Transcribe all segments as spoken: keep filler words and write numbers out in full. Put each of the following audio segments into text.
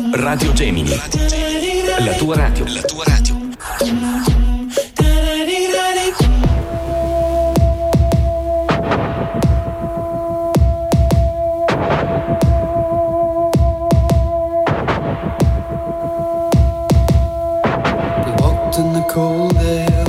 Radio Gemini. La tua radio. La tua radio. We walked in the cold air.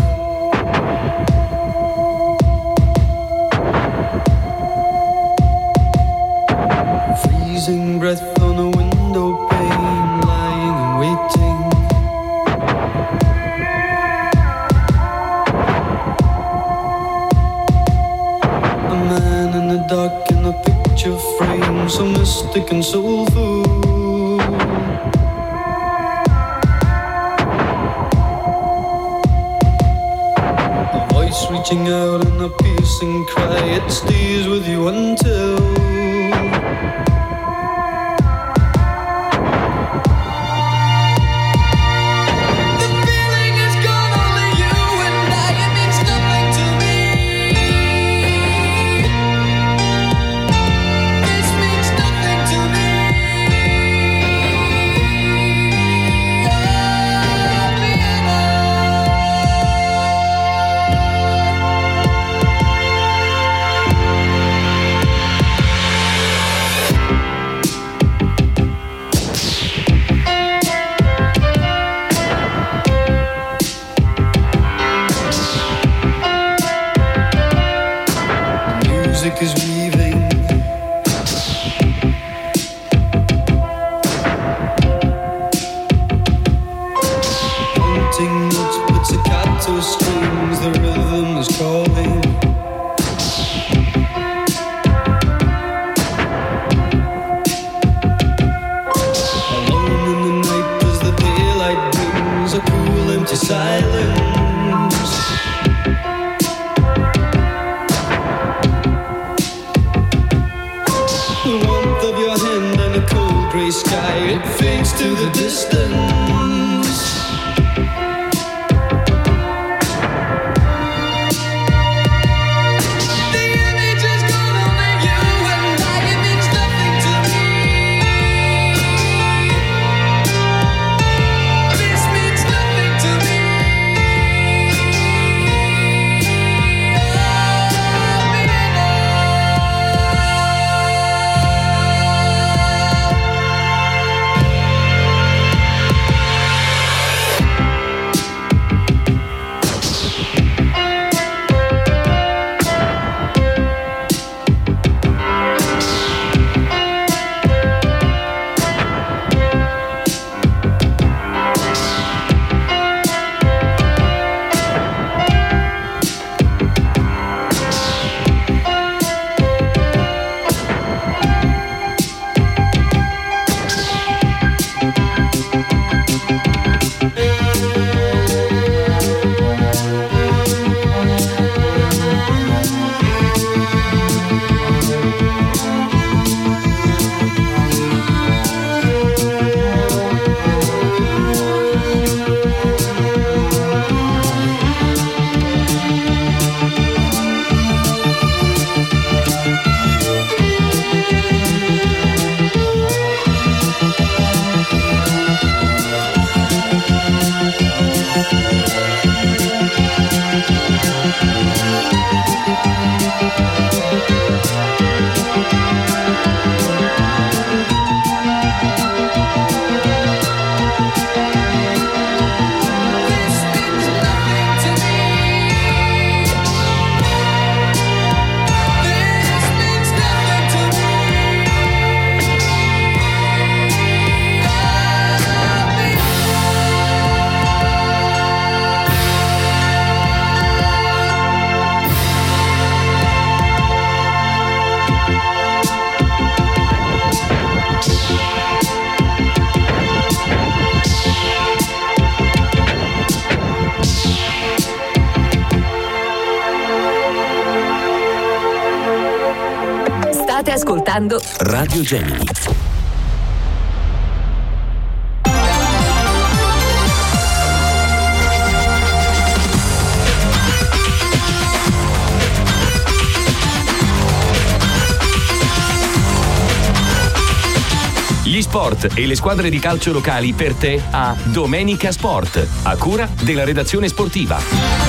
Freezing breath on a window pane, lying and waiting. A man in the dark in a picture frame, so mystic and soulful. A voice reaching out in a piercing cry, it stays with you until is weaving. Haunting notes with staccato strings, the rhythm is calling. Alone in the night as the daylight brings a cool empty silence. Gray sky, it fades to the distance. The image is gone, only you and I, it means nothing to me. This means nothing to me. ascoltando Radio Gemini. Gli sport e le squadre di calcio locali per te a Domenica Sport, a cura della redazione sportiva.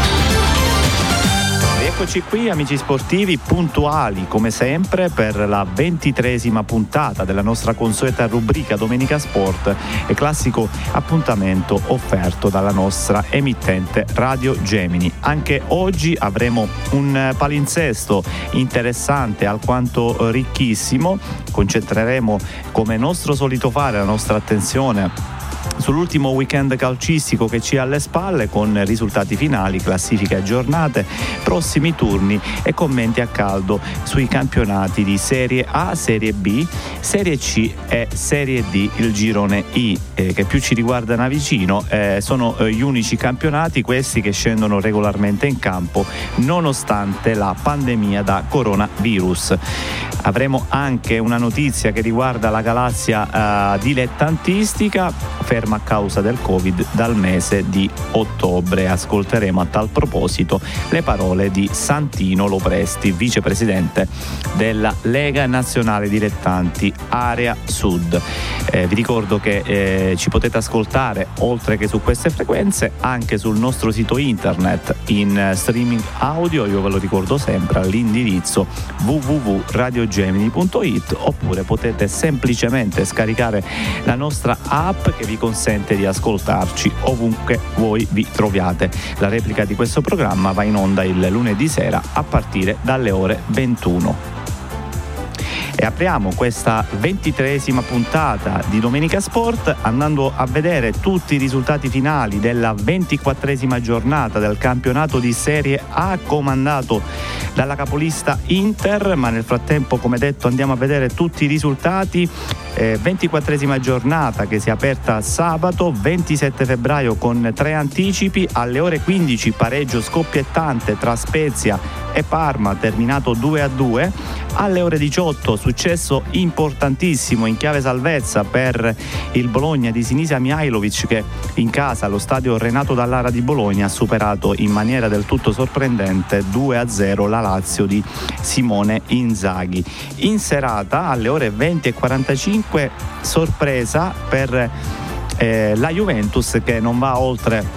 Eccoci qui, amici sportivi, puntuali come sempre per la ventitreesima puntata della nostra consueta rubrica Domenica Sport e classico appuntamento offerto dalla nostra emittente Radio Gemini. Anche oggi avremo un palinsesto interessante, alquanto ricchissimo. Concentreremo, come nostro solito fare, la nostra attenzione sull'ultimo weekend calcistico che ci è alle spalle, con risultati finali, classifiche aggiornate, prossimi turni e commenti a caldo sui campionati di Serie A, Serie B, Serie C e Serie D, il girone I, eh, che più ci riguarda da vicino. Eh, sono eh, gli unici campionati questi che scendono regolarmente in campo nonostante la pandemia da coronavirus. Avremo anche una notizia che riguarda la galassia eh, dilettantistica, ferma a causa del Covid dal mese di ottobre. Ascolteremo a tal proposito le parole di Santino Lopresti, vicepresidente della Lega Nazionale Dilettanti Area Sud. Eh, vi ricordo che eh, ci potete ascoltare, oltre che su queste frequenze, anche sul nostro sito internet in streaming audio. Io ve lo ricordo sempre all'indirizzo w w w punto radio gemini punto i t, oppure potete semplicemente scaricare la nostra app che vi consente di ascoltarci ovunque voi vi troviate. La replica di questo programma va in onda il lunedì sera a partire dalle ore ventuno. E apriamo questa ventitreesima puntata di Domenica Sport andando a vedere tutti i risultati finali della ventiquattresima giornata del campionato di Serie A, comandato dalla capolista Inter, ma nel frattempo, come detto, andiamo a vedere tutti i risultati. Eh, ventiquattresima giornata che si è aperta sabato ventisette febbraio con tre anticipi. Alle ore quindici pareggio scoppiettante tra Spezia e Parma, terminato due a due. Alle ore diciotto successo importantissimo in chiave salvezza per il Bologna di Sinisa Mihajlovic, che in casa allo stadio Renato Dallara di Bologna ha superato in maniera del tutto sorprendente due a zero la Lazio di Simone Inzaghi. In serata alle ore venti e quarantacinque sorpresa per eh, la Juventus, che non va oltre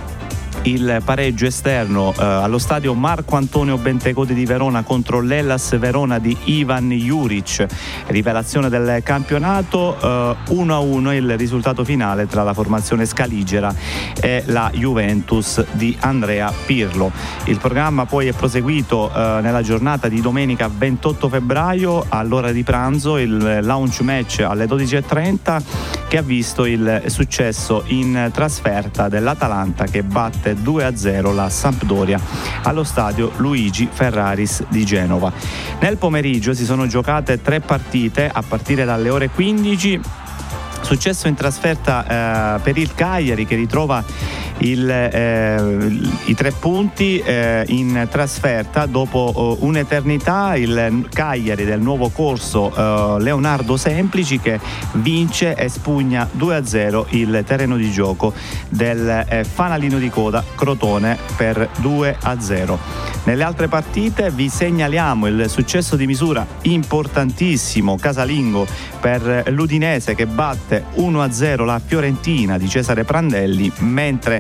il pareggio esterno eh, allo stadio Marco Antonio Bentegodi di Verona contro l'Hellas Verona di Ivan Juric. Rivelazione del campionato, eh, uno a uno il risultato finale tra la formazione scaligera e la Juventus di Andrea Pirlo. Il programma poi è proseguito eh, nella giornata di domenica ventotto febbraio all'ora di pranzo, il launch match alle dodici e trenta, che ha visto il successo in trasferta dell'Atalanta, che batte due a zero la Sampdoria allo stadio Luigi Ferraris di Genova. Nel pomeriggio si sono giocate tre partite a partire dalle ore quindici. Successo in trasferta eh, per il Cagliari, che ritrova il, eh, i tre punti eh, in trasferta dopo uh, un'eternità. Il Cagliari del nuovo corso uh, Leonardo Semplici, che vince e spugna due a zero il terreno di gioco del eh, fanalino di coda Crotone per due a zero. Nelle altre partite vi segnaliamo il successo di misura importantissimo casalingo per l'Udinese, che batte uno a zero la Fiorentina di Cesare Prandelli, mentre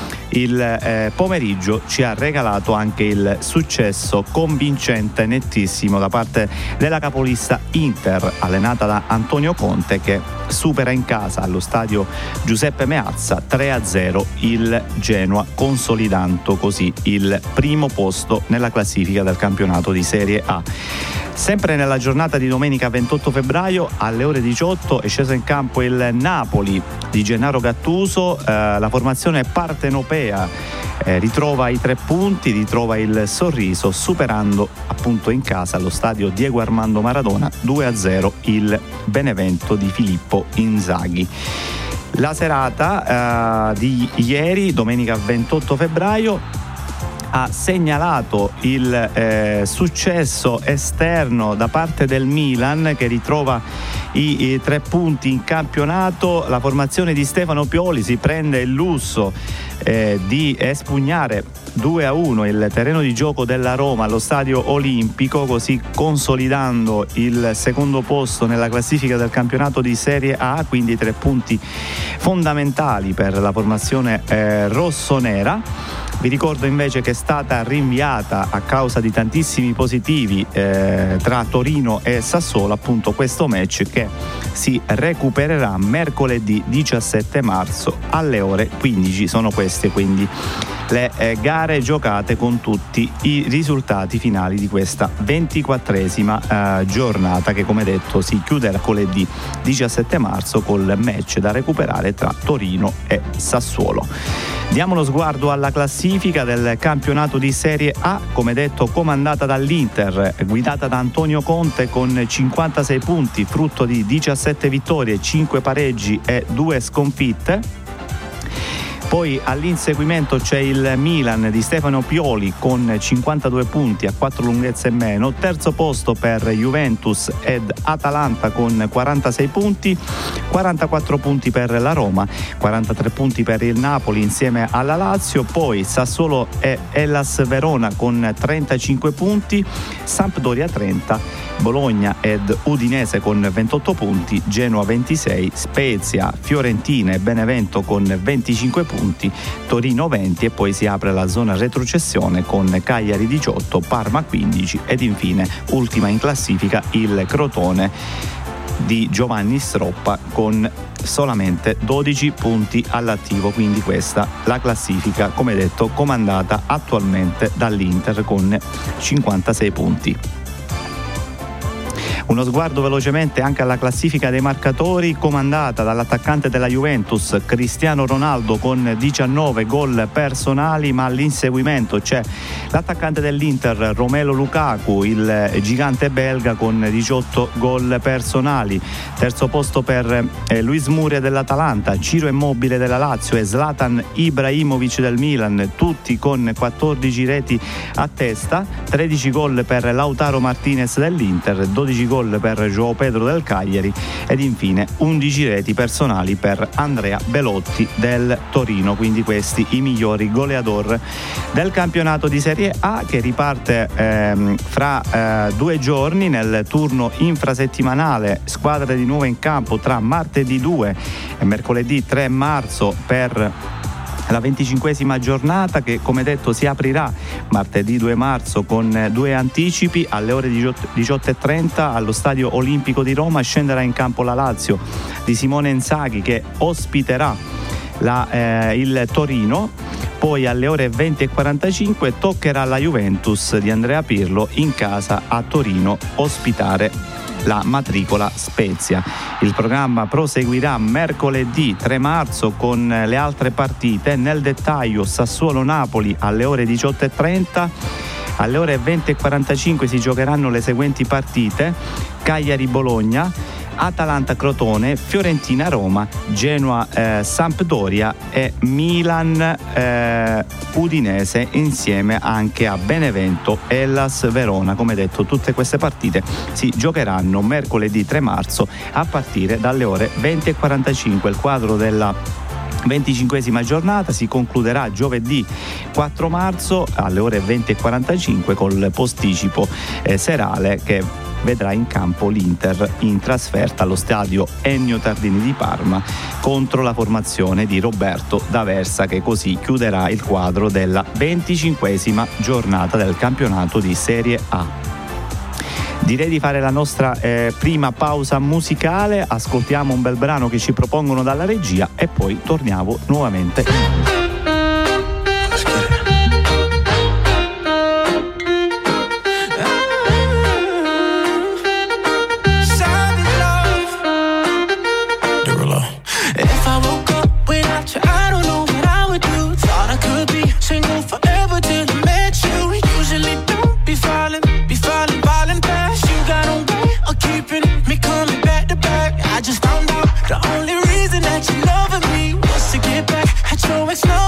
il eh, pomeriggio ci ha regalato anche il successo convincente, nettissimo, da parte della capolista Inter, allenata da Antonio Conte, che supera in casa allo stadio Giuseppe Meazza tre a zero il Genoa, consolidando così il primo posto nella classifica del campionato di Serie A. Sempre nella giornata di domenica ventotto febbraio alle ore diciotto è sceso in campo il Napoli di Gennaro Gattuso. Eh, la formazione partenopea eh, ritrova i tre punti, ritrova il sorriso, superando appunto in casa allo stadio Diego Armando Maradona due a zero il Benevento di Filippo Inzaghi. La serata eh, di ieri, domenica ventotto febbraio, ha segnalato il eh, successo esterno da parte del Milan, che ritrova i, i tre punti in campionato. La formazione di Stefano Pioli si prende il lusso eh, di espugnare due a uno il terreno di gioco della Roma allo Stadio Olimpico, così consolidando il secondo posto nella classifica del campionato di Serie A, quindi tre punti fondamentali per la formazione eh, rossonera. Vi ricordo invece che è stata rinviata a causa di tantissimi positivi eh, tra Torino e Sassuolo appunto questo match, che si recupererà mercoledì diciassette marzo alle ore quindici. Sono queste quindi le eh, gare giocate con tutti i risultati finali di questa ventiquattresima eh, giornata, che come detto si chiuderà mercoledì diciassette marzo col match da recuperare tra Torino e Sassuolo. Diamo uno sguardo alla classifica del campionato di Serie A, come detto comandata dall'Inter, guidata da Antonio Conte con cinquantasei punti, frutto di diciassette vittorie, cinque pareggi e due sconfitte. Poi all'inseguimento c'è il Milan di Stefano Pioli con cinquantadue punti a quattro lunghezze in meno, terzo posto per Juventus ed Atalanta con quarantasei punti, quarantaquattro punti per la Roma, quarantatré punti per il Napoli insieme alla Lazio, poi Sassuolo e Hellas Verona con trentacinque punti, Sampdoria trenta, Bologna ed Udinese con ventotto punti, Genoa ventisei, Spezia, Fiorentina e Benevento con venticinque punti, Torino venti, e poi si apre la zona retrocessione con Cagliari diciotto, Parma quindici ed infine ultima in classifica il Crotone di Giovanni Stroppa con solamente dodici punti all'attivo. Quindi questa la classifica, come detto, comandata attualmente dall'Inter con cinquantasei punti. Uno sguardo velocemente anche alla classifica dei marcatori, comandata dall'attaccante della Juventus Cristiano Ronaldo con diciannove gol personali, ma all'inseguimento c'è l'attaccante dell'Inter Romelu Lukaku, il gigante belga, con diciotto gol personali. Terzo posto per eh, Luis Muriel dell'Atalanta, Ciro Immobile della Lazio e Zlatan Ibrahimovic del Milan, tutti con quattordici reti a testa. Tredici gol per Lautaro Martinez dell'Inter, dodici gol per João Pedro del Cagliari ed infine undici reti personali per Andrea Belotti del Torino. Quindi questi i migliori goleador del campionato di Serie A, che riparte ehm, fra eh, due giorni nel turno infrasettimanale. Squadre di nuovo in campo tra martedì due e mercoledì tre marzo per la venticinquesima giornata, che come detto si aprirà martedì due marzo con due anticipi. Alle ore diciotto e trenta allo Stadio Olimpico di Roma scenderà in campo la Lazio di Simone Inzaghi, che ospiterà la, eh, il Torino. Poi alle ore venti e quarantacinque toccherà alla Juventus di Andrea Pirlo in casa a Torino ospitare la matricola Spezia. Il programma proseguirà mercoledì tre marzo con le altre partite. Nel dettaglio Sassuolo-Napoli alle ore diciotto e trenta, alle ore venti e quarantacinque si giocheranno le seguenti partite: Cagliari-Bologna, Atalanta-Crotone, Fiorentina-Roma, Genoa-Sampdoria eh, e Milan-Udinese eh, insieme anche a Benevento-Hellas Verona. Come detto, tutte queste partite si giocheranno mercoledì tre marzo a partire dalle ore venti e quarantacinque. Il quadro della venticinquesima giornata si concluderà giovedì quattro marzo alle ore venti e quarantacinque col posticipo eh, serale, che vedrà in campo l'Inter in trasferta allo stadio Ennio Tardini di Parma contro la formazione di Roberto D'Aversa, che così chiuderà il quadro della venticinquesima giornata del campionato di Serie A. Direi di fare la nostra eh, prima pausa musicale, ascoltiamo un bel brano che ci propongono dalla regia e poi torniamo nuovamente. The only reason that you loving me was to get back at your ex.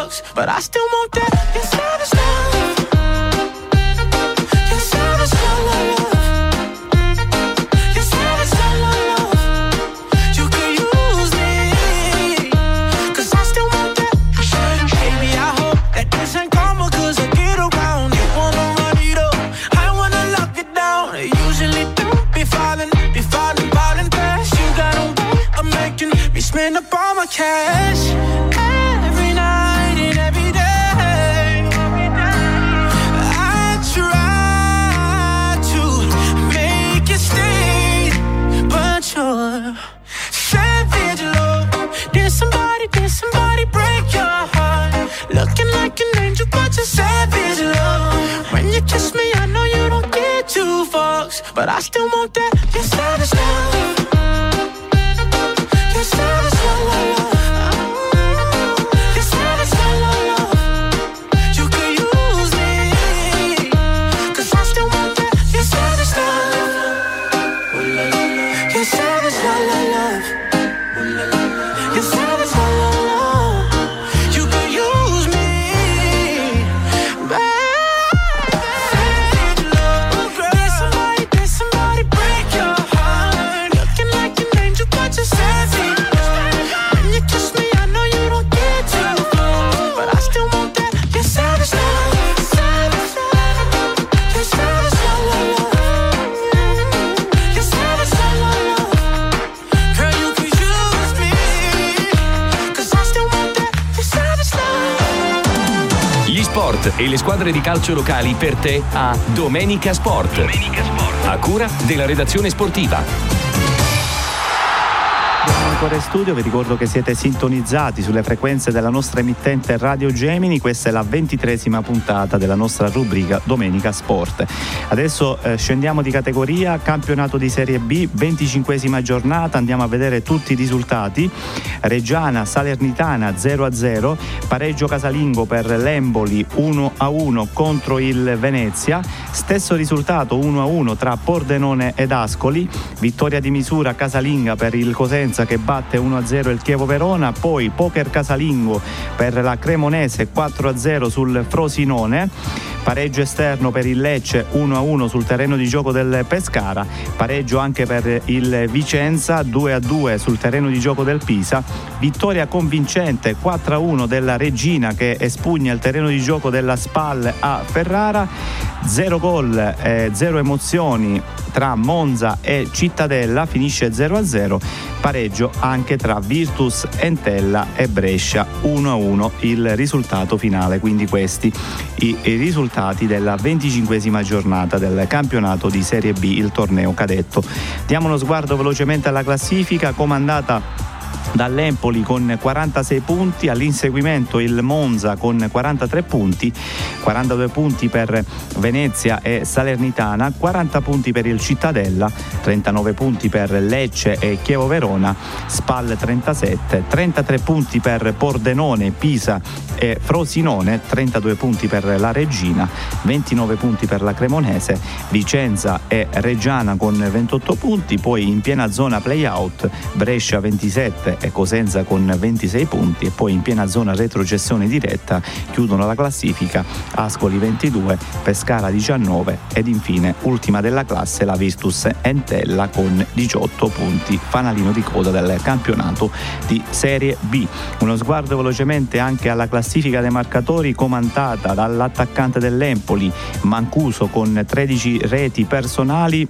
fucks, but I still want that. Your savage love. Your savage love, love. Your savage love, love, love. You could use me, cause I still want that. Baby, I hope that this ain't karma, cause I get around. You wanna run it up, I wanna lock it down. I usually don't be falling, be falling, falling fast. You got on way of making me spend up all my cash. Every night and every day, I try to make you stay, but you're savage love. Did somebody, did somebody break your heart? Looking like an angel, but you're savage love. When you kiss me, I know you don't get two fucks, but I still want that. Your savage love. Your savage love, love, love. Your savage love, love, love. You could use me, cause I still want that. Your savage love. Your savage love, love, love. Your savage love, love, love. You could use me, baby. Savage love, girl. Did somebody, did somebody break your heart? Looking like an angel, but you're savage love. When you kiss me, I know you don't get too close, but I still want that. Your savage love, savage love. Your savage love, love, love. Your savage love, love, love. Girl, you could use me, cause I still want that. Your savage love. Gli sport e le squadre di calcio locali per te a Domenica Sport. Domenica Sport. A cura della redazione sportiva. Ancora in studio, vi ricordo che siete sintonizzati sulle frequenze della nostra emittente Radio Gemini. Questa è la ventitreesima puntata della nostra rubrica Domenica Sport. Adesso eh, scendiamo di categoria, campionato di Serie B, venticinquesima giornata, andiamo a vedere tutti i risultati. Reggiana Salernitana zero a zero, pareggio casalingo per l'Emboli uno a uno contro il Venezia, stesso risultato uno a uno tra Pordenone ed Ascoli, vittoria di misura casalinga per il Cosenza che batte uno a zero il Chievo Verona, poi poker casalingo per la Cremonese quattro a zero sul Frosinone, pareggio esterno per il Lecce uno a uno sul terreno di gioco del Pescara, pareggio anche per il Vicenza due a due sul terreno di gioco del Pisa, vittoria convincente quattro a uno della Reggina che espugna il terreno di gioco della Spal a Ferrara, zero gol, eh, zero emozioni tra Monza e Cittadella, finisce zero a zero, pareggio anche tra Virtus Entella e Brescia uno a uno il risultato finale. Quindi questi i, i risultati della venticinquesima giornata del campionato di Serie B, il torneo cadetto. Diamo uno sguardo velocemente alla classifica, comandata dall'Empoli con quarantasei punti, all'inseguimento il Monza con quarantatré punti, quarantadue punti per Venezia e Salernitana, quaranta punti per il Cittadella, trentanove punti per Lecce e Chievo Verona, Spal trentasette, trentatré punti per Pordenone, Pisa e Frosinone, trentadue punti per la Reggina, ventinove punti per la Cremonese, Vicenza e Reggiana con ventotto punti, poi in piena zona play-out Brescia ventisette e Cosenza con ventisei punti, e poi in piena zona retrocessione diretta chiudono la classifica Ascoli ventidue, Pescara diciannove ed infine ultima della classe la Virtus Entella con diciotto punti, fanalino di coda del campionato di Serie B. Uno sguardo velocemente anche alla classifica dei marcatori, comandata dall'attaccante dell'Empoli Mancuso con tredici reti personali,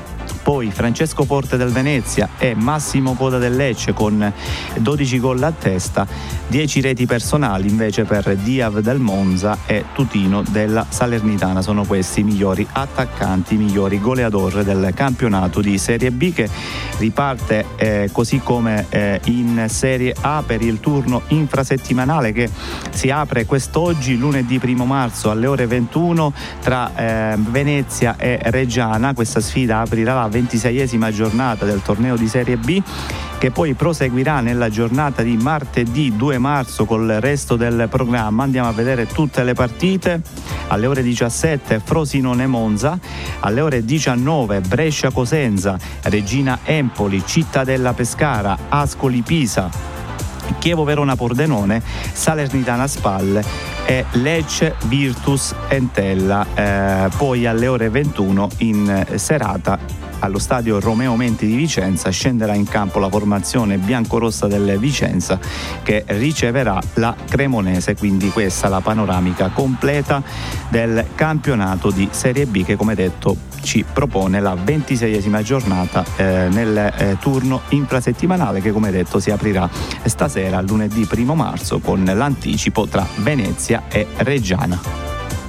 poi Francesco Forte del Venezia e Massimo Coda del Lecce con dodici gol a testa, dieci reti personali invece per Diav del Monza e Tutino della Salernitana. Sono questi i migliori attaccanti, i migliori goleador del campionato di Serie B, che riparte eh, così come eh, in Serie A per il turno infrasettimanale che si apre quest'oggi, lunedì primo marzo alle ore ventuno, tra eh, Venezia e Reggiana. Questa sfida aprirà la ventiseiesima giornata del torneo di Serie B, che poi proseguirà nella giornata di martedì due marzo col resto del programma. Andiamo a vedere tutte le partite. Alle ore diciassette Frosinone Monza, alle ore diciannove Brescia Cosenza, Reggina Empoli, Cittadella Pescara, Ascoli Pisa, Chievo Verona Pordenone, Salernitana Spal e Lecce Virtus Entella. Eh, poi alle ore ventuno in serata allo stadio Romeo Menti di Vicenza scenderà in campo la formazione biancorossa del Vicenza che riceverà la Cremonese, quindi questa la panoramica completa del campionato di Serie B che, come detto, ci propone la ventiseiesima giornata eh, nel eh, turno infrasettimanale che, come detto, si aprirà stasera lunedì primo marzo con l'anticipo tra Venezia e Reggiana.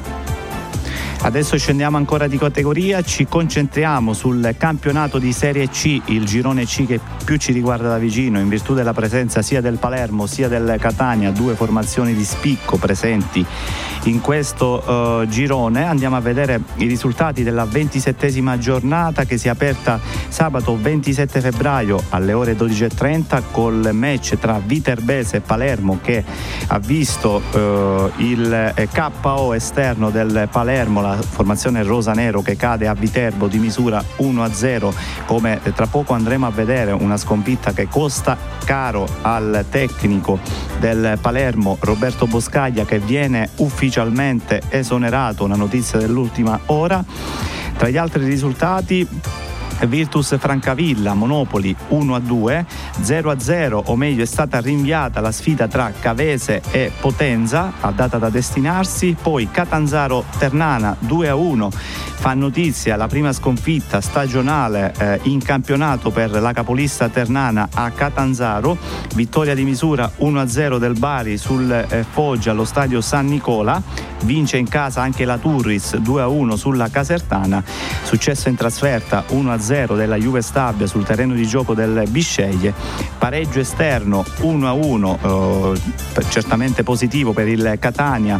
Adesso scendiamo ancora di categoria, ci concentriamo sul campionato di Serie C, il girone C che più ci riguarda da vicino in virtù della presenza sia del Palermo sia del Catania, due formazioni di spicco presenti in questo uh, girone. Andiamo a vedere i risultati della ventisettesima giornata che si è aperta sabato ventisette febbraio alle ore dodici e trenta col match tra Viterbese e Palermo che ha visto uh, il K O esterno del Palermo, la formazione rosanero che cade a Viterbo di misura uno a zero, come tra poco andremo a vedere, una sconfitta che costa caro al tecnico del Palermo Roberto Boscaglia che viene ufficialmente esonerato, una notizia dell'ultima ora. Tra gli altri risultati Virtus Francavilla Monopoli uno a due, zero a zero, o meglio è stata rinviata la sfida tra Cavese e Potenza a data da destinarsi. Poi Catanzaro Ternana due a uno, fa notizia la prima sconfitta stagionale eh, in campionato per la capolista ternana a Catanzaro, vittoria di misura uno a zero del Bari sul eh, Foggia allo stadio San Nicola, vince in casa anche la Turris due a uno sulla Casertana, successo in trasferta uno a zero della Juve Stabia sul terreno di gioco del Bisceglie, pareggio esterno uno a uno, eh, certamente positivo per il Catania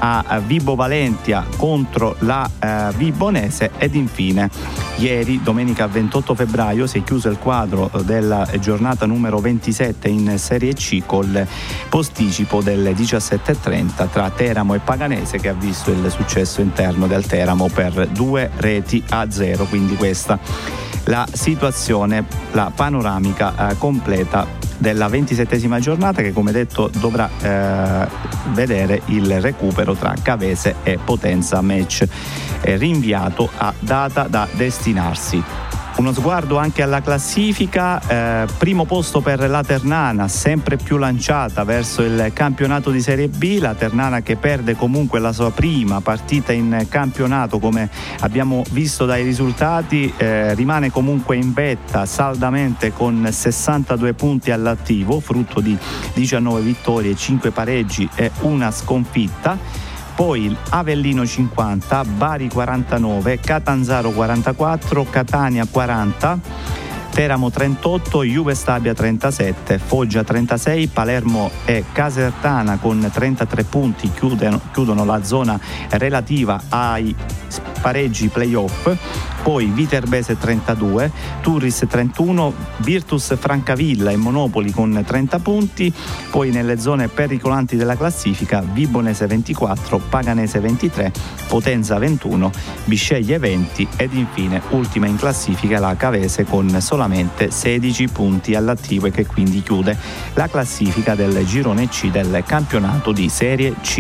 a Vibo Valentia contro la eh, Vibonese, ed infine ieri domenica ventotto febbraio si è chiuso il quadro della giornata numero ventisette in Serie C col posticipo del diciassette e trenta tra Teramo e Paganese che ha visto il successo interno del Teramo per due reti a zero, quindi questa la situazione, la panoramica eh, completa della ventisettesima giornata che, come detto, dovrà eh, vedere il recupero tra Cavese e Potenza, match eh, rinviato a data da destinarsi. Uno sguardo anche alla classifica, eh, primo posto per la Ternana, sempre più lanciata verso il campionato di Serie B, la Ternana che perde comunque la sua prima partita in campionato, come abbiamo visto dai risultati, eh, rimane comunque in vetta saldamente con sessantadue punti all'attivo, frutto di diciannove vittorie, cinque pareggi e una sconfitta. Poi Avellino cinquanta, Bari quarantanove, Catanzaro quarantaquattro, Catania quaranta, Teramo trentotto, Juve Stabia trentasette, Foggia trentasei, Palermo e Casertana con trentatré punti chiudono, chiudono la zona relativa ai pareggi playoff. Poi Viterbese trentadue, Turris trentuno, Virtus Francavilla e Monopoli con trenta punti. Poi nelle zone pericolanti della classifica Vibonese ventiquattro, Paganese ventitré, Potenza ventuno, Bisceglie venti ed infine ultima in classifica la Cavese con solamente sedici punti all'attivo e che quindi chiude la classifica del girone C del campionato di Serie C.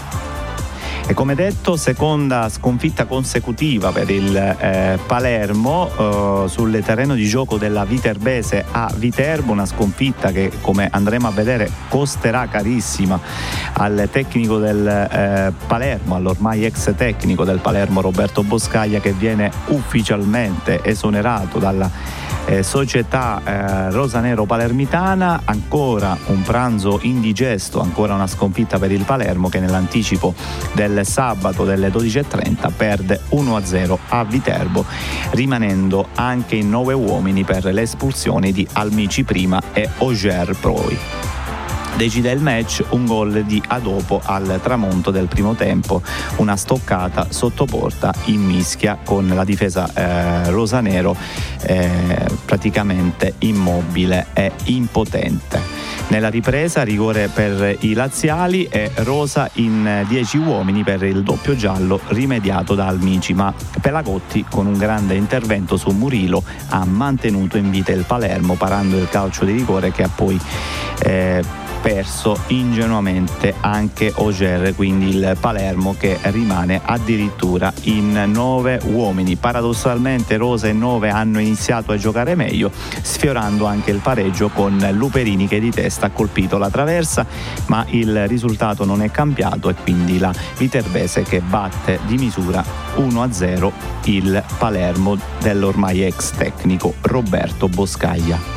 E come detto, seconda sconfitta consecutiva per il eh, Palermo eh, sul terreno di gioco della Viterbese a Viterbo, una sconfitta che, come andremo a vedere, costerà carissima al tecnico del eh, Palermo, all'ormai ex tecnico del Palermo Roberto Boscaglia, che viene ufficialmente esonerato dalla Eh, società eh, rosanero palermitana. Ancora un pranzo indigesto, ancora una sconfitta per il Palermo che nell'anticipo del sabato delle dodici e trenta perde uno a zero a Viterbo, rimanendo anche in nove uomini per le espulsioni di Almici prima e Auger poi. Decide il match un gol di Adopo al tramonto del primo tempo, una stoccata sotto porta in mischia con la difesa eh, rosanero eh, praticamente immobile e impotente. Nella ripresa rigore per i laziali e rosa in dieci uomini per il doppio giallo rimediato da Almici, ma Pelagotti con un grande intervento su Murilo ha mantenuto in vita il Palermo parando il calcio di rigore che ha poi eh, perso ingenuamente anche Auxerre, quindi il Palermo che rimane addirittura in nove uomini. Paradossalmente Rosa e Nove hanno iniziato a giocare meglio, sfiorando anche il pareggio con Luperini che di testa ha colpito la traversa, ma il risultato non è cambiato e quindi la Viterbese che batte di misura uno a zero il Palermo dell'ormai ex tecnico Roberto Boscaglia.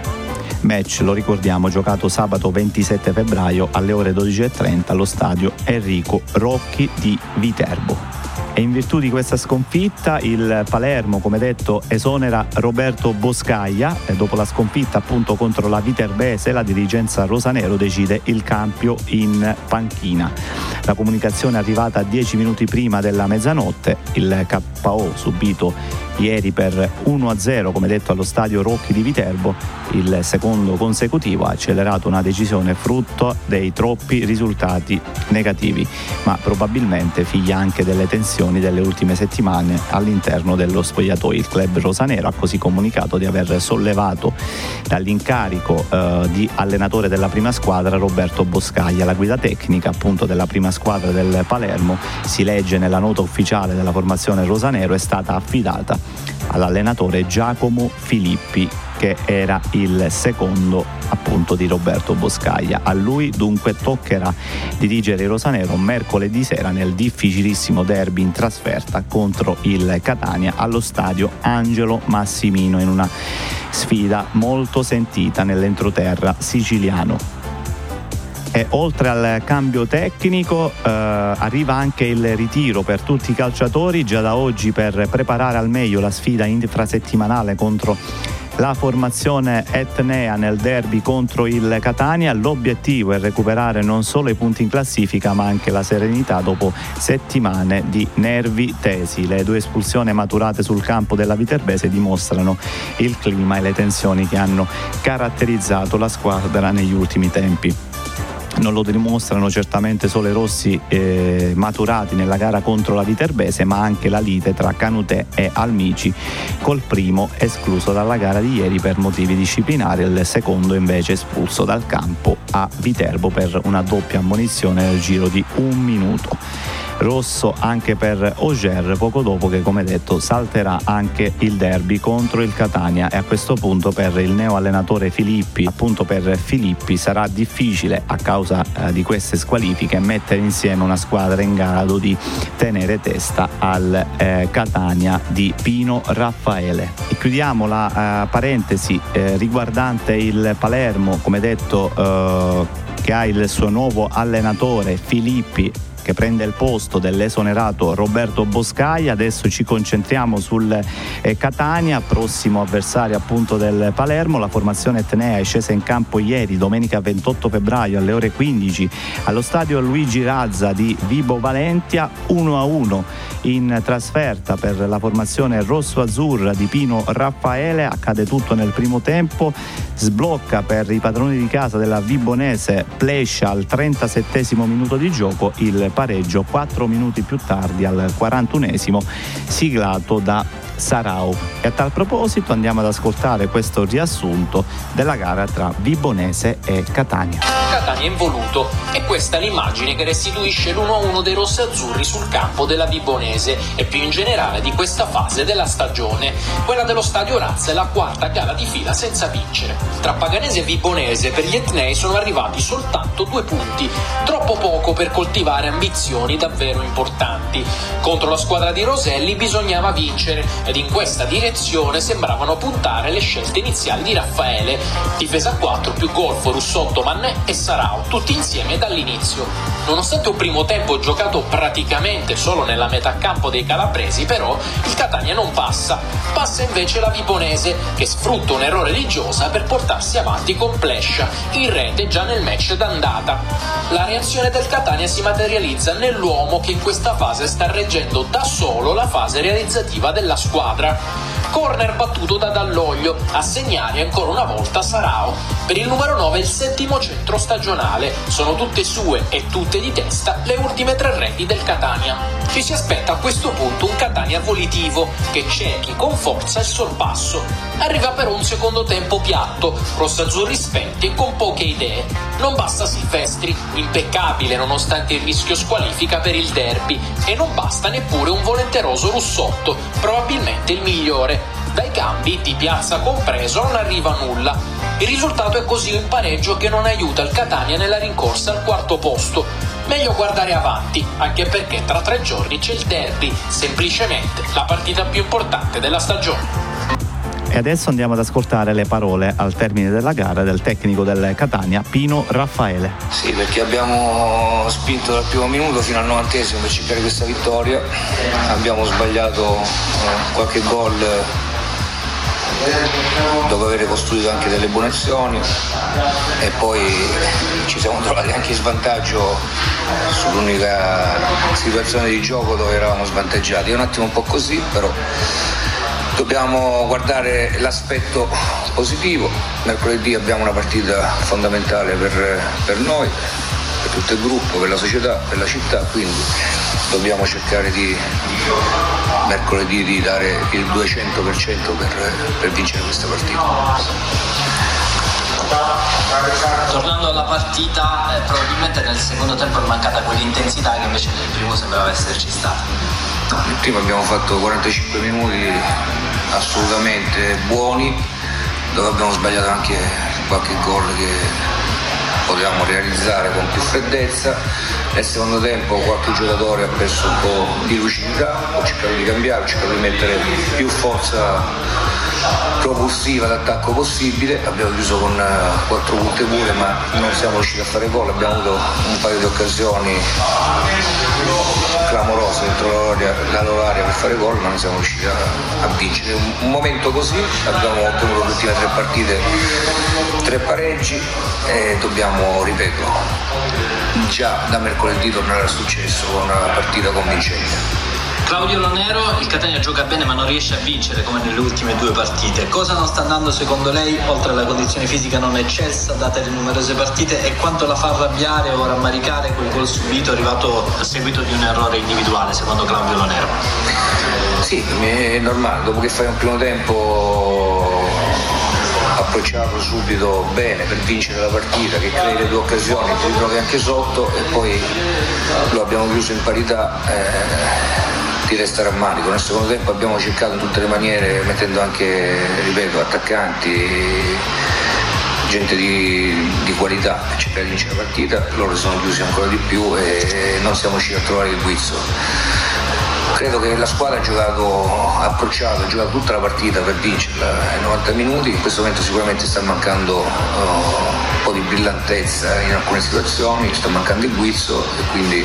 Match, lo ricordiamo, giocato sabato ventisette febbraio alle ore dodici e trenta allo stadio Enrico Rocchi di Viterbo. E in virtù di questa sconfitta il Palermo, come detto, esonera Roberto Boscaglia e dopo la sconfitta appunto contro la Viterbese la dirigenza rosanero decide il cambio in panchina. La comunicazione è arrivata dieci minuti prima della mezzanotte, il K O subito ieri per uno a zero, come detto, allo stadio Rocchi di Viterbo, il secondo consecutivo, ha accelerato una decisione frutto dei troppi risultati negativi, ma probabilmente figlia anche delle tensioni delle ultime settimane all'interno dello spogliatoio. Il club rosanero ha così comunicato di aver sollevato dall'incarico eh, di allenatore della prima squadra Roberto Boscaglia. La guida tecnica appunto della prima squadra del Palermo, si legge nella nota ufficiale della formazione rosanero, è stata affidata all'allenatore Giacomo Filippi, che era il secondo appunto di Roberto Boscaglia. A lui dunque toccherà dirigere il rosanero mercoledì sera nel difficilissimo derby in trasferta contro il Catania allo stadio Angelo Massimino, in una sfida molto sentita nell'entroterra siciliano. E oltre al cambio tecnico eh, arriva anche il ritiro per tutti i calciatori già da oggi per preparare al meglio la sfida infrasettimanale contro la formazione etnea nel derby contro il Catania. L'obiettivo è recuperare non solo i punti in classifica ma anche la serenità dopo settimane di nervi tesi. Le due espulsioni maturate sul campo della Viterbese dimostrano il clima e le tensioni che hanno caratterizzato la squadra negli ultimi tempi. Non lo dimostrano certamente solo i rossi eh, maturati nella gara contro la Viterbese, ma anche la lite tra Canutè e Almici, col primo escluso dalla gara di ieri per motivi disciplinari, il secondo invece espulso dal campo a Viterbo per una doppia ammonizione nel giro di un minuto. Rosso anche per Auxerre poco dopo che, come detto, salterà anche il derby contro il Catania, e a questo punto per il neo allenatore Filippi, appunto per Filippi, sarà difficile a causa eh, di queste squalifiche mettere insieme una squadra in grado di tenere testa al eh, Catania di Pino Raffaele. E chiudiamo la eh, parentesi eh, riguardante il Palermo, come detto, eh, che ha il suo nuovo allenatore Filippi, che prende il posto dell'esonerato Roberto Boscaglia. Adesso ci concentriamo sul eh, Catania, prossimo avversario appunto del Palermo. La formazione etnea è scesa in campo ieri, domenica ventotto febbraio alle ore quindici allo stadio Luigi Razza di Vibo Valentia. Uno a uno in trasferta per la formazione rosso-azzurra di Pino Raffaele. Accade tutto nel primo tempo, sblocca per i padroni di casa della Vibonese Plescia al trentasettesimo minuto di gioco il pareggio quattro minuti più tardi al quarantunesimo, siglato da Sarau. E a tal proposito andiamo ad ascoltare questo riassunto della gara tra Vibonese e Catania. Catania involuto, e questa è l'immagine che restituisce l'uno a uno dei rossoazzurri sul campo della Vibonese e più in generale di questa fase della stagione. Quella dello stadio Razza è la quarta gara di fila senza vincere. Tra Paganese e Vibonese per gli etnei sono arrivati soltanto due punti, troppo poco per coltivare ambizioni davvero importanti. Contro la squadra di Roselli bisognava vincere, ed in questa direzione sembravano puntare le scelte iniziali di Raffaele. Difesa a quattro più Golfo, Russotto, Mannè e Sarau, tutti insieme dall'inizio. Nonostante un primo tempo giocato praticamente solo nella metà campo dei calabresi, però il Catania non passa. Passa invece la Vibonese, che sfrutta un errore di Giosa per portarsi avanti con Plescia, in rete già nel match d'andata. La reazione del Catania si materializza nell'uomo che in questa fase sta reggendo da solo la fase realizzativa della squadra. corner battuto da Dall'Oglio, a segnare ancora una volta Sarao. Per il numero nove il settimo centro stagionale, sono tutte sue e tutte di testa le ultime tre reti del Catania. Ci si aspetta a questo punto un Catania volitivo, che cerchi con forza il sorpasso. Arriva però un secondo tempo piatto, rossazzurri spenti e con poche idee. Non basta Silvestri, impeccabile nonostante il rischio squalifica per il derby, e non basta neppure un volenteroso Russotto, probabilmente il migliore. Dai cambi, di piazza compreso, non arriva nulla. Il risultato è così un pareggio che non aiuta il Catania nella rincorsa al quarto posto. Meglio guardare avanti, anche perché tra tre giorni c'è il derby, semplicemente la partita più importante della stagione. E adesso andiamo ad ascoltare le parole al termine della gara del tecnico del Catania, Pino Raffaele. Sì, perché abbiamo spinto dal primo minuto fino al novantesimo per cercare questa vittoria. Abbiamo sbagliato eh, qualche gol dopo aver costruito anche delle buone azioni, e poi ci siamo trovati anche in svantaggio sull'unica situazione di gioco dove eravamo svantaggiati. È un attimo un po' così, però dobbiamo guardare l'aspetto positivo. Mercoledì abbiamo una partita fondamentale per, per noi, per tutto il gruppo, per la società, per la città, quindi dobbiamo cercare di mercoledì di dare il duecento per cento per, per vincere questa partita. Tornando alla partita, eh, probabilmente nel secondo tempo è mancata quell'intensità che invece nel primo sembrava esserci stata. No, nel primo abbiamo fatto quarantacinque minuti assolutamente buoni, dove abbiamo sbagliato anche qualche gol che potevamo realizzare con più freddezza. Nel secondo tempo qualche giocatore ha perso un po' di lucidità, ho cercato di cambiare, ho cercato di mettere più forza propulsiva d'attacco possibile. Abbiamo chiuso con quattro punte pure, ma non siamo riusciti a fare gol. Abbiamo avuto un paio di occasioni clamorose dentro la loro area per fare gol, ma non siamo riusciti a, a vincere. Un, un momento così, abbiamo ottenuto le ultime tre partite, tre pareggi, e dobbiamo, ripeto, già da mercoledì tornare al successo con una partita convincente. Claudio Lonero, il Catania gioca bene ma non riesce a vincere come nelle ultime due partite. Cosa non sta andando secondo lei, oltre alla condizione fisica non eccelsa date le numerose partite, e quanto la fa arrabbiare o rammaricare quel gol subito arrivato a seguito di un errore individuale secondo Claudio Lonero? Sì, è normale, dopo che fai un primo tempo approcciarlo subito bene per vincere la partita, che crei le due occasioni, ti ritrovi anche sotto e poi lo abbiamo chiuso in parità, eh, ti resta rammarico. Nel secondo tempo abbiamo cercato in tutte le maniere, mettendo anche, ripeto, attaccanti, gente di, di qualità, per cercare di vincere la partita. Loro sono chiusi ancora di più e non siamo riusciti a trovare il guizzo. Credo che la squadra ha giocato, ha approcciato, ha giocato tutta la partita per vincerla ai novanta minuti. In questo momento sicuramente sta mancando uh, un po' di brillantezza in alcune situazioni, sta mancando il guizzo, e quindi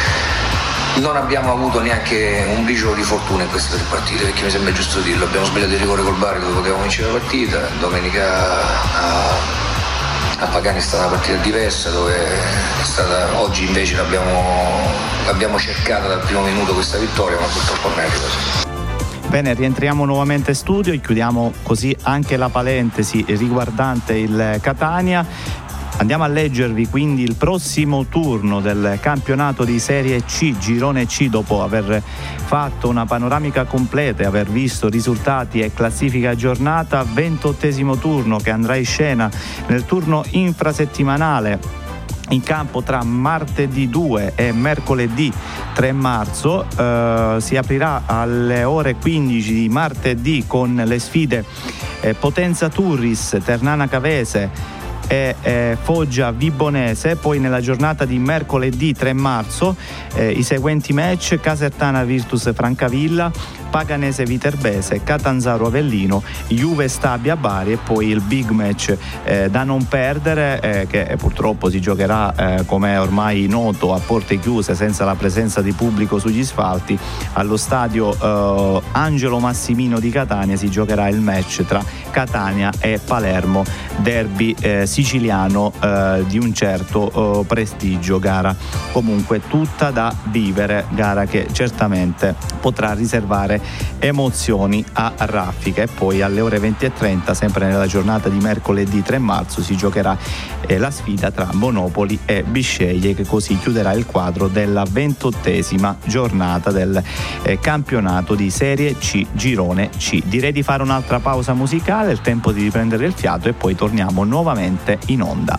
non abbiamo avuto neanche un briciolo di fortuna in queste tre partite, perché mi sembra giusto dirlo. Abbiamo sbagliato il rigore col Bari dove potevamo vincere la partita. Domenica a a Pagani è stata una partita diversa, dove è stata, oggi invece l'abbiamo, l'abbiamo cercata dal primo minuto questa vittoria, ma purtroppo non è arrivata. Bene, rientriamo nuovamente in studio e chiudiamo così anche la parentesi riguardante il Catania. Andiamo a leggervi quindi il prossimo turno del campionato di Serie C, Girone C, dopo aver fatto una panoramica completa e aver visto risultati e classifica aggiornata. Ventottesimo turno che andrà in scena nel turno infrasettimanale in campo tra martedì due e mercoledì tre marzo. Eh, si aprirà alle ore quindici di martedì con le sfide eh, Potenza Turris, Ternana Cavese e eh, Foggia Vibonese. Poi nella giornata di mercoledì tre marzo eh, i seguenti match: Casertana Virtus Francavilla, Paganese Viterbese, Catanzaro Avellino, Juve Stabia Bari, e poi il big match eh, da non perdere eh, che eh, purtroppo si giocherà eh, come è ormai noto a porte chiuse, senza la presenza di pubblico sugli spalti. Allo stadio eh, Angelo Massimino di Catania si giocherà il match tra Catania e Palermo, derby eh, siciliano eh, di un certo eh, prestigio. Gara comunque tutta da vivere, gara che certamente potrà riservare emozioni a raffica. E poi alle ore venti e trenta, sempre nella giornata di mercoledì tre marzo, si giocherà eh, la sfida tra Monopoli e Bisceglie, che così chiuderà il quadro della ventottesima giornata del eh, campionato di Serie C, Girone C. Direi di fare un'altra pausa musicale, il tempo di riprendere il fiato, e poi torniamo nuovamente in onda.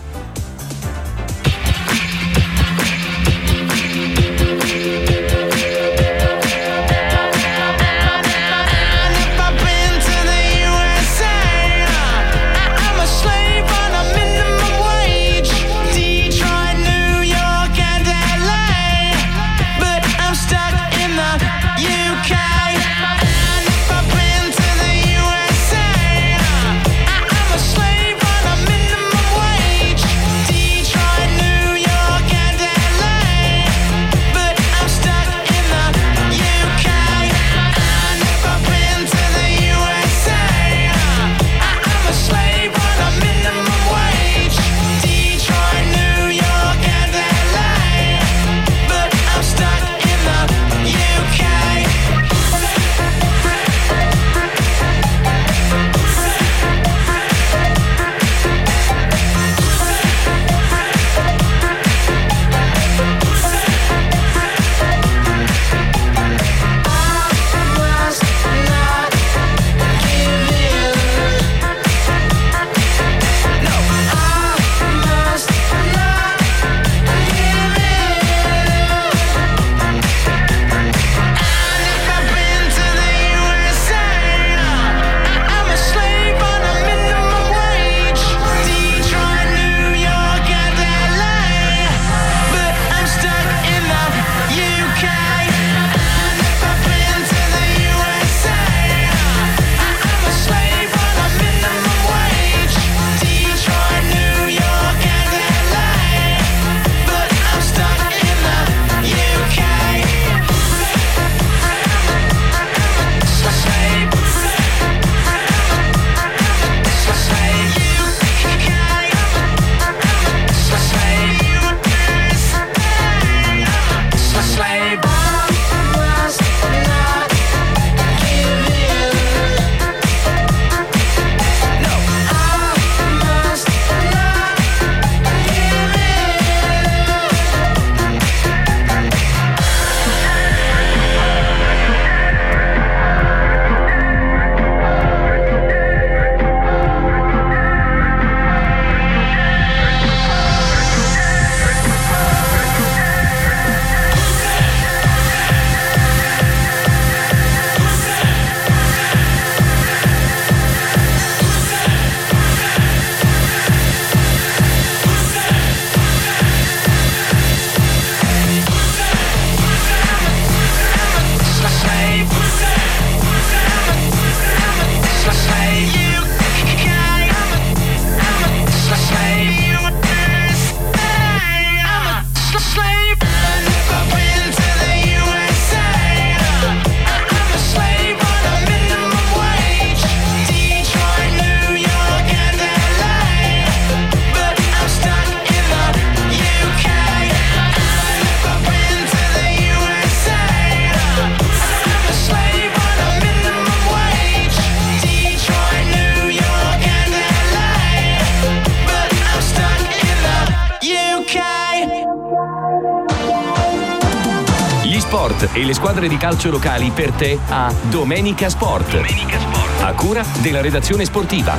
E le squadre di calcio locali per te a Domenica Sport. Domenica Sport. A cura della redazione sportiva.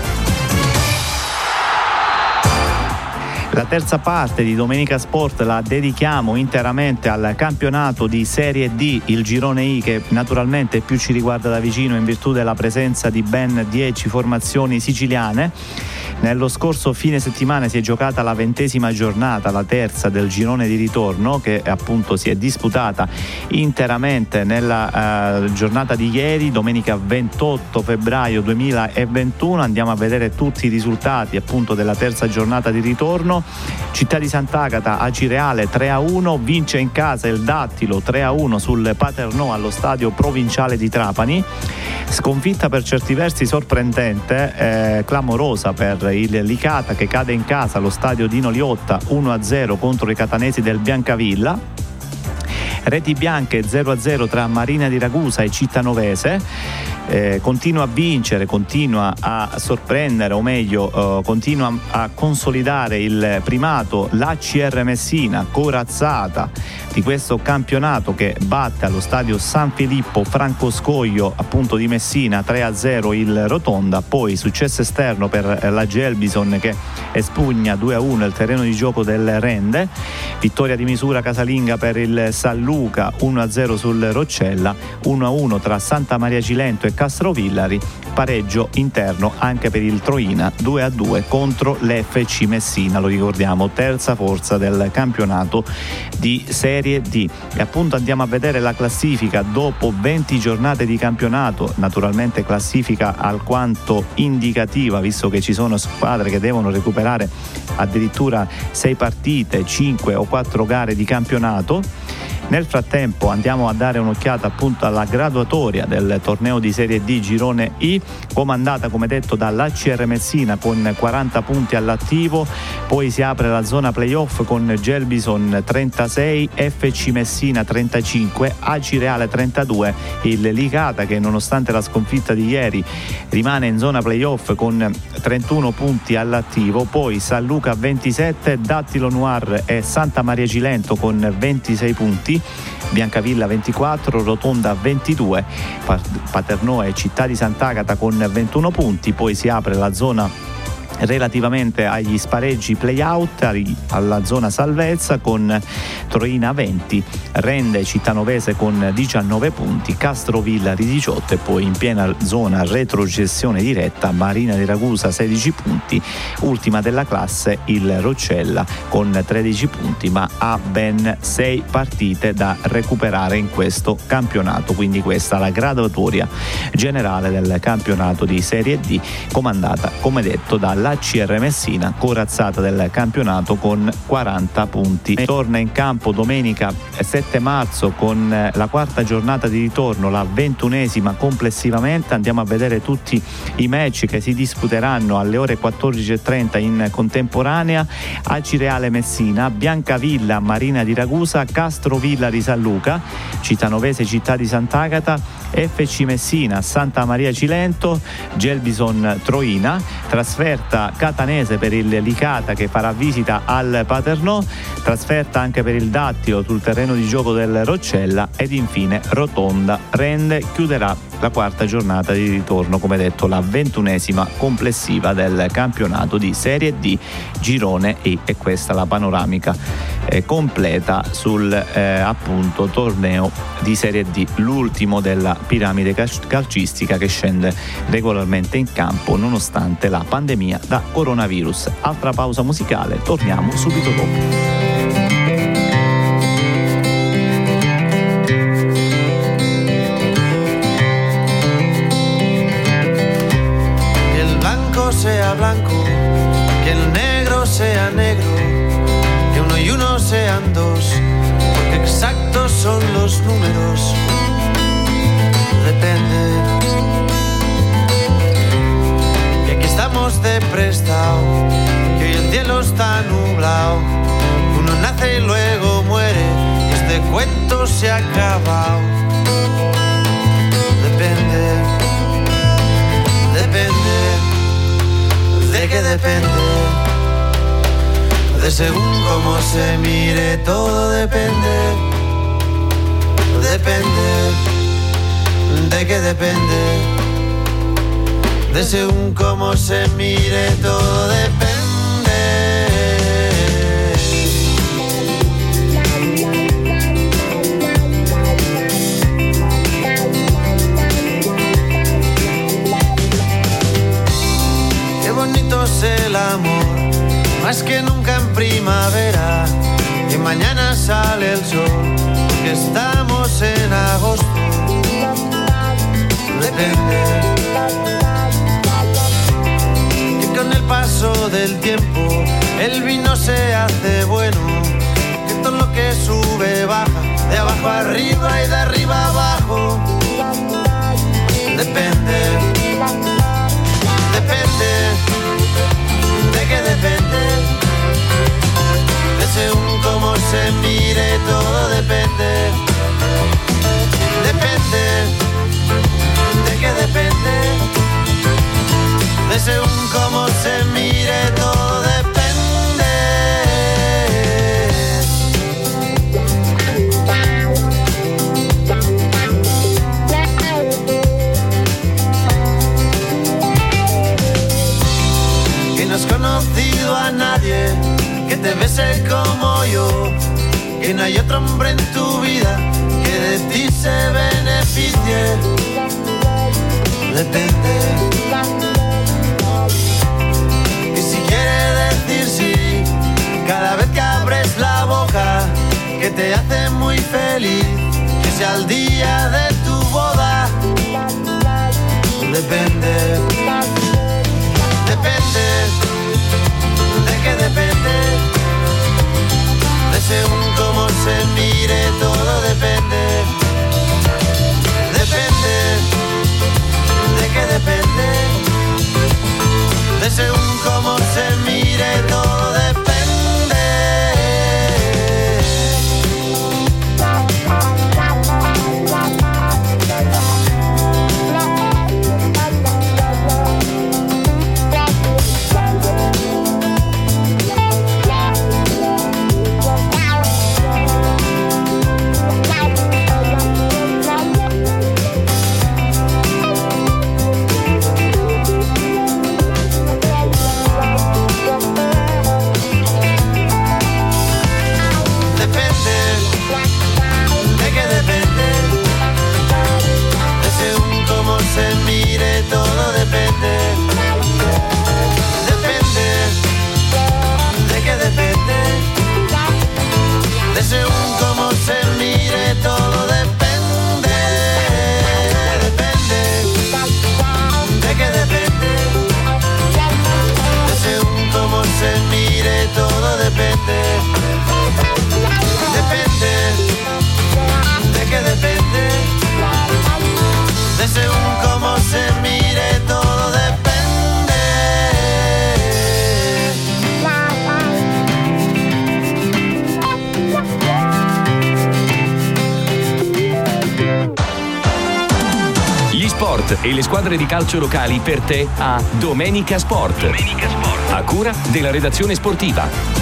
La terza parte di Domenica Sport la dedichiamo interamente al campionato di Serie D, il Girone I, che naturalmente più ci riguarda da vicino in virtù della presenza di ben dieci formazioni siciliane. Nello scorso fine settimana si è giocata la ventesima giornata, la terza del girone di ritorno, che appunto si è disputata interamente nella uh, giornata di ieri, domenica ventotto febbraio duemilaventuno. Andiamo a vedere tutti i risultati appunto della terza giornata di ritorno. Città di Sant'Agata, Acireale tre a uno, vince in casa il Dattilo tre a uno sul Paternò allo stadio provinciale di Trapani. Sconfitta per certi versi sorprendente, eh, clamorosa per il Licata, che cade in casa allo stadio Dino Liotta uno a zero contro i catanesi del Biancavilla. Reti bianche zero a zero tra Marina di Ragusa e Cittanovese. Eh, continua a vincere, continua a sorprendere, o meglio eh, continua a consolidare il primato l'A C R Messina, corazzata di questo campionato, che batte allo stadio San Filippo Franco Scoglio appunto di Messina tre a zero il Rotonda. Poi successo esterno per la Gelbison che espugna due a uno il terreno di gioco del Rende, vittoria di misura casalinga per il San Luca uno a zero sul Roccella, uno a uno tra Santa Maria Cilento e Castrovillari, pareggio interno anche per il Troina due a due contro l'F C Messina, lo ricordiamo, terza forza del campionato di Serie D. E appunto andiamo a vedere la classifica dopo venti giornate di campionato, naturalmente classifica alquanto indicativa, visto che ci sono squadre che devono recuperare addirittura sei partite, cinque o quattro gare di campionato. Nel frattempo andiamo a dare un'occhiata appunto alla graduatoria del torneo di Serie D Girone I, comandata come detto dall'A C R Messina con quaranta punti all'attivo. Poi si apre la zona playoff con Gelbison trentasei, F C Messina trentacinque, Acireale trentadue, il Licata che nonostante la sconfitta di ieri rimane in zona playoff con trentuno punti all'attivo. Poi San Luca ventisette, Dattilo Noir e Santa Maria Cilento con ventisei punti, Biancavilla ventiquattro, Rotonda ventidue, Paternò e Città di Sant'Agata con ventuno punti. Poi si apre la zona relativamente agli spareggi play-out alla zona salvezza con Troina venti, Rende Cittanovese con diciannove punti, Castrovillari diciotto e poi in piena zona retrocessione diretta Marina di Ragusa sedici punti, ultima della classe il Roccella con tredici punti, ma ha ben sei partite da recuperare in questo campionato. Quindi questa è la graduatoria generale del campionato di Serie D, comandata come detto dalla A C R Messina, corazzata del campionato con quaranta punti. Torna in campo domenica sette marzo con la quarta giornata di ritorno, la ventunesima complessivamente. Andiamo a vedere tutti i match che si disputeranno alle ore quattordici e trenta in contemporanea: Acireale Messina, Biancavilla Marina di Ragusa, Castrovillari San Luca, Cittanovese Città di Sant'Agata, F C Messina Santa Maria Cilento, Gelbison Troina, trasferta catanese per il Licata che farà visita al Paternò, trasferta anche per il Dattilo sul terreno di gioco del Roccella ed infine Rotonda Rende chiuderà la quarta giornata di ritorno, come detto la ventunesima complessiva del campionato di Serie D Girone I. E questa la panoramica eh, completa sul eh, appunto torneo di Serie D, l'ultimo della piramide calcistica che scende regolarmente in campo nonostante la pandemia da coronavirus. Altra pausa musicale, torniamo subito dopo. Sea blanco, que el negro sea negro, que uno y uno sean dos, porque exactos son los números. Depende. Y aquí estamos de prestado, que hoy el cielo está nublado. Uno nace y luego muere, y este cuento se ha acabado. Depende. Depende. ¿De qué depende? De según cómo se mire, todo depende. Depende. ¿De qué depende? De según cómo se mire, todo depende. Bonito es el amor, más que nunca en primavera, que mañana sale el sol, porque estamos en agosto. Depende. Que con el paso del tiempo el vino se hace bueno, que todo lo que sube baja, de abajo arriba y de arriba abajo. Depende. Depende, ¿de qué depende? De según cómo se mire, todo depende. que te bese como yo, que no hay otro hombre en tu vida que de ti se beneficie. Depende. Y si quiere decir sí, cada vez que abres la boca, que te hace muy feliz, que sea el día de tu boda. Depende. Depende. ¿De qué depende? De según cómo se mire, todo depende. Depende. ¿De qué depende? De según cómo se mire, todo depende. Se mire, todo depende. Depende. ¿De qué depende? De según cómo se mire, todo depende. Depende. ¿De qué depende? De según cómo se mire, todo depende. Depende. ¿De qué depende? De según cómo se mire, todo depende. Gli sport e le squadre di calcio locali per te a Domenica Sport. Domenica Sport. A cura della redazione sportiva.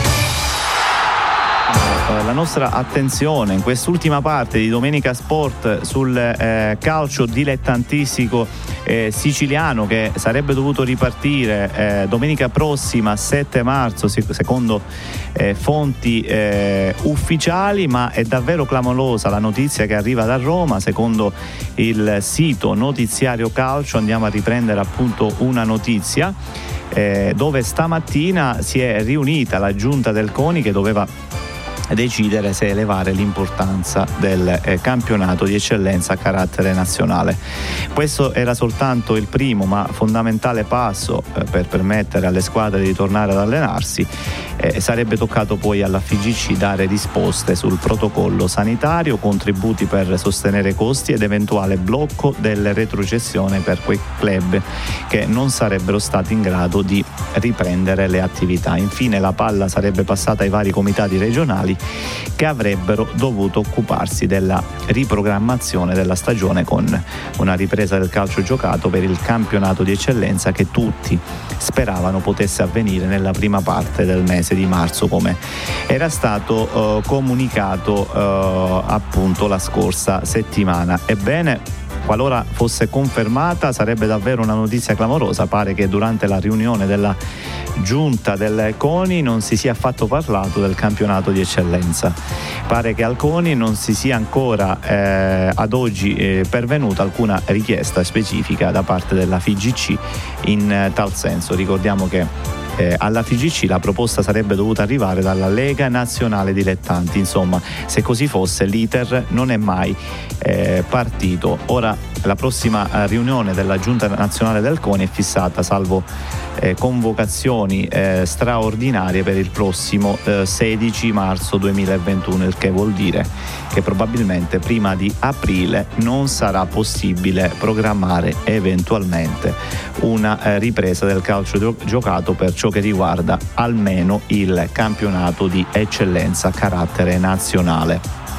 La nostra attenzione in quest'ultima parte di Domenica Sport sul eh, calcio dilettantistico eh, siciliano, che sarebbe dovuto ripartire eh, domenica prossima, sette marzo, secondo eh, fonti eh, ufficiali, ma è davvero clamorosa la notizia che arriva da Roma. Secondo il sito Notiziario Calcio andiamo a riprendere appunto una notizia eh, dove stamattina si è riunita la giunta del CONI che doveva decidere se elevare l'importanza del eh, campionato di eccellenza a carattere nazionale. Questo era soltanto il primo ma fondamentale passo eh, per permettere alle squadre di tornare ad allenarsi. Eh, sarebbe toccato poi alla F I G C dare risposte sul protocollo sanitario, contributi per sostenere costi ed eventuale blocco delle retrocessioni per quei club che non sarebbero stati in grado di riprendere le attività. Infine la palla sarebbe passata ai vari comitati regionali che avrebbero dovuto occuparsi della riprogrammazione della stagione con una ripresa del calcio giocato per il campionato di eccellenza che tutti speravano potesse avvenire nella prima parte del mese di marzo, come era stato eh, comunicato eh, appunto la scorsa settimana. Ebbene, qualora fosse confermata sarebbe davvero una notizia clamorosa. Pare che durante la riunione della giunta del CONI non si sia affatto parlato del campionato di eccellenza. Pare che al CONI non si sia ancora eh, ad oggi eh, pervenuta alcuna richiesta specifica da parte della F I G C in eh, tal senso. Ricordiamo che Eh, alla F I G C la proposta sarebbe dovuta arrivare dalla Lega Nazionale Dilettanti. Insomma, se così fosse, l'iter non è mai eh, partito. Ora la prossima riunione della Giunta Nazionale del CONI è fissata, salvo eh, convocazioni eh, straordinarie, per il prossimo eh, sedici marzo duemilaventuno, il che vuol dire che probabilmente prima di aprile non sarà possibile programmare eventualmente una eh, ripresa del calcio giocato per ciò che riguarda almeno il campionato di eccellenza a carattere nazionale.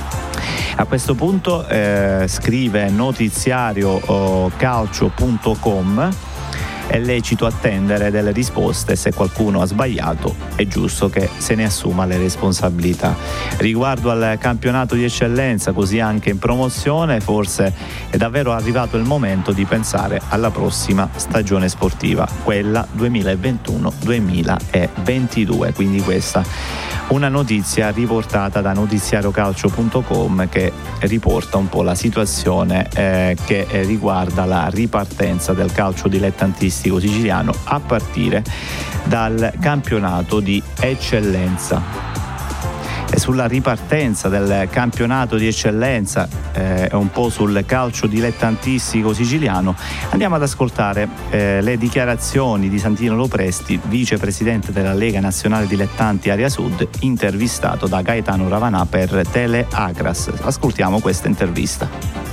A questo punto eh, scrive notiziario calcio punto com è lecito attendere delle risposte. Se qualcuno ha sbagliato è giusto che se ne assuma le responsabilità. Riguardo al campionato di eccellenza, così anche in promozione, forse è davvero arrivato il momento di pensare alla prossima stagione sportiva, quella duemilaventuno duemilaventidue. Quindi questa una notizia riportata da notiziario calcio punto com, che riporta un po' la situazione eh, che riguarda la ripartenza del calcio dilettantistico siciliano a partire dal campionato di eccellenza. E sulla ripartenza del campionato di eccellenza e eh, un po' sul calcio dilettantistico siciliano andiamo ad ascoltare eh, le dichiarazioni di Santino Lopresti, vicepresidente della Lega Nazionale Dilettanti Area Sud, intervistato da Gaetano Ravanà per Teleagras. Ascoltiamo questa intervista.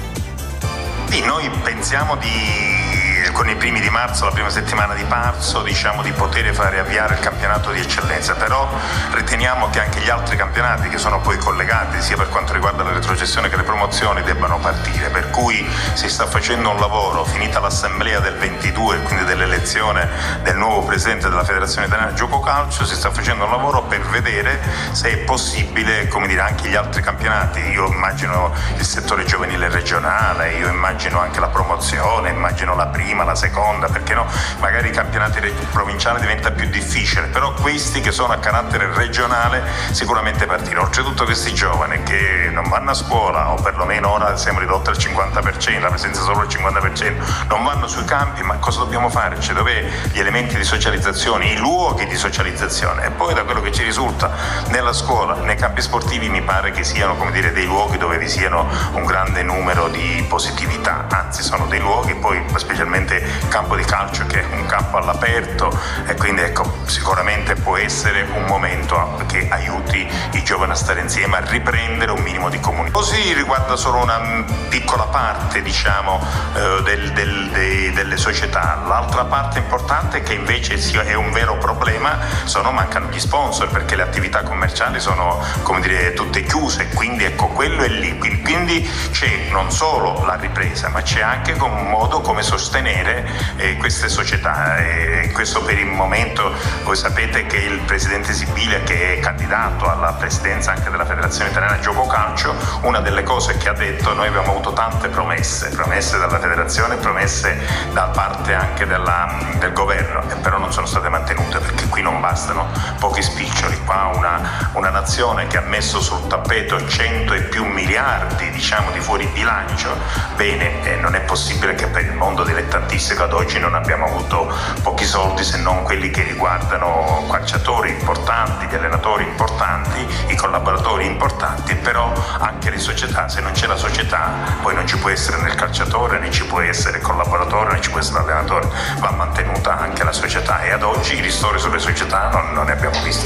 Sì, noi pensiamo di con i primi di marzo, la prima settimana di marzo, diciamo di poter fare avviare il campionato di eccellenza, però riteniamo che anche gli altri campionati che sono poi collegati sia per quanto riguarda la retrocessione che le promozioni debbano partire, per cui si sta facendo un lavoro, finita l'assemblea del ventidue, quindi dell'elezione del nuovo presidente della Federazione Italiana Gioco Calcio, si sta facendo un lavoro per vedere se è possibile, come dire, anche gli altri campionati. Io immagino il settore giovanile regionale, io immagino anche la promozione, immagino la prima, la seconda, perché no? Magari i campionati provinciali diventa più difficile, però questi che sono a carattere regionale sicuramente partire. Oltretutto questi giovani che non vanno a scuola, o perlomeno ora siamo ridotti al cinquanta per cento, la presenza solo al cinquanta per cento, non vanno sui campi, ma cosa dobbiamo fare? Cioè, dov'è gli elementi di socializzazione, i luoghi di socializzazione? E poi da quello che ci risulta nella scuola, nei campi sportivi, mi pare che siano, come dire, dei luoghi dove vi siano un grande numero di positività, anzi sono dei luoghi, poi specialmente campo di calcio che è un campo all'aperto, e quindi ecco, sicuramente può essere un momento che aiuti i giovani a stare insieme, a riprendere un minimo di comunità. Così riguarda solo una piccola parte, diciamo, eh, del, del, dei, delle società. L'altra parte importante, che invece è un vero problema, sono mancano gli sponsor, perché le attività commerciali sono, come dire, tutte chiuse, quindi ecco, quello è lì. Quindi c'è non solo la ripresa, ma c'è anche un modo come sostenere eh, queste società, e questo per il momento. Voi sapete che il presidente Sibilia, che è candidato alla presidenza anche della Federazione Italiana Gioco Calcio, una delle cose che ha detto: noi abbiamo avuto tante promesse, promesse dalla federazione, promesse da parte anche della, del governo, e però non sono state mantenute, perché qui non bastano pochi spiccioli. Qua una, una nazione che ha messo sul tappeto cento e più miliardi, diciamo, di fuori bilancio, bene, eh, non è possibile che per il mondo dilettantistico ad oggi non abbiamo avuto pochi soldi, se non quelli che riguardano calciatori importanti, gli allenatori importanti, i collaboratori importanti, però anche le società. Se non c'è la società, poi non ci può essere né il calciatore, né ci può essere il collaboratore, né ci può essere l'allenatore. Va mantenuta anche la società, e ad oggi i ristori sulle società non, non ne abbiamo visti.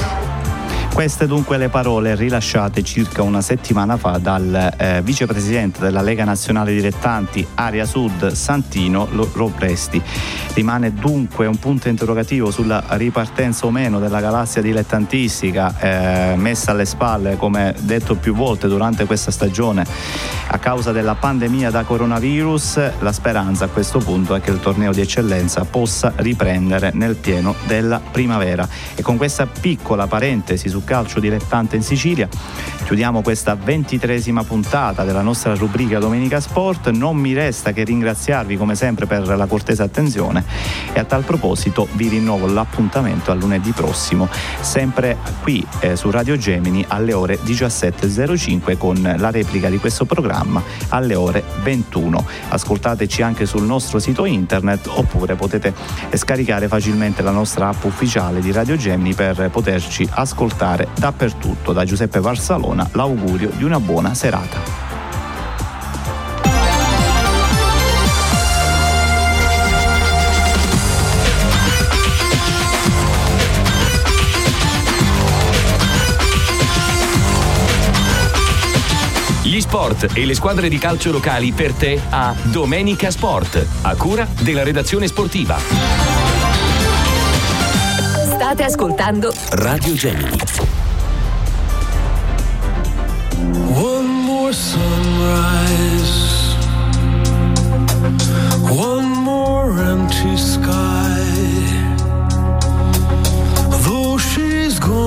Queste dunque le parole rilasciate circa una settimana fa dal eh, vicepresidente della Lega Nazionale Dilettanti Area Sud, Santino Lopresti. Rimane dunque un punto interrogativo sulla ripartenza o meno della galassia dilettantistica, eh, messa alle spalle, come detto più volte durante questa stagione, a causa della pandemia da coronavirus. La speranza a questo punto è che il torneo di eccellenza possa riprendere nel pieno della primavera. E con questa piccola parentesi su calcio dilettante in Sicilia chiudiamo questa ventitresima puntata della nostra rubrica Domenica Sport. Non mi resta che ringraziarvi come sempre per la cortese attenzione, e a tal proposito vi rinnovo l'appuntamento a lunedì prossimo, sempre qui eh, su Radio Gemini alle ore diciassette e zero cinque, con la replica di questo programma alle ore ventuno. Ascoltateci anche sul nostro sito internet, oppure potete scaricare facilmente la nostra app ufficiale di Radio Gemini per poterci ascoltare dappertutto. Da Giuseppe Varsalona l'augurio di una buona serata. Gli sport e le squadre di calcio locali per te a Domenica Sport, a cura della redazione sportiva. State ascoltando Radio Gemini. One more sunrise, one more empty sky. is gone.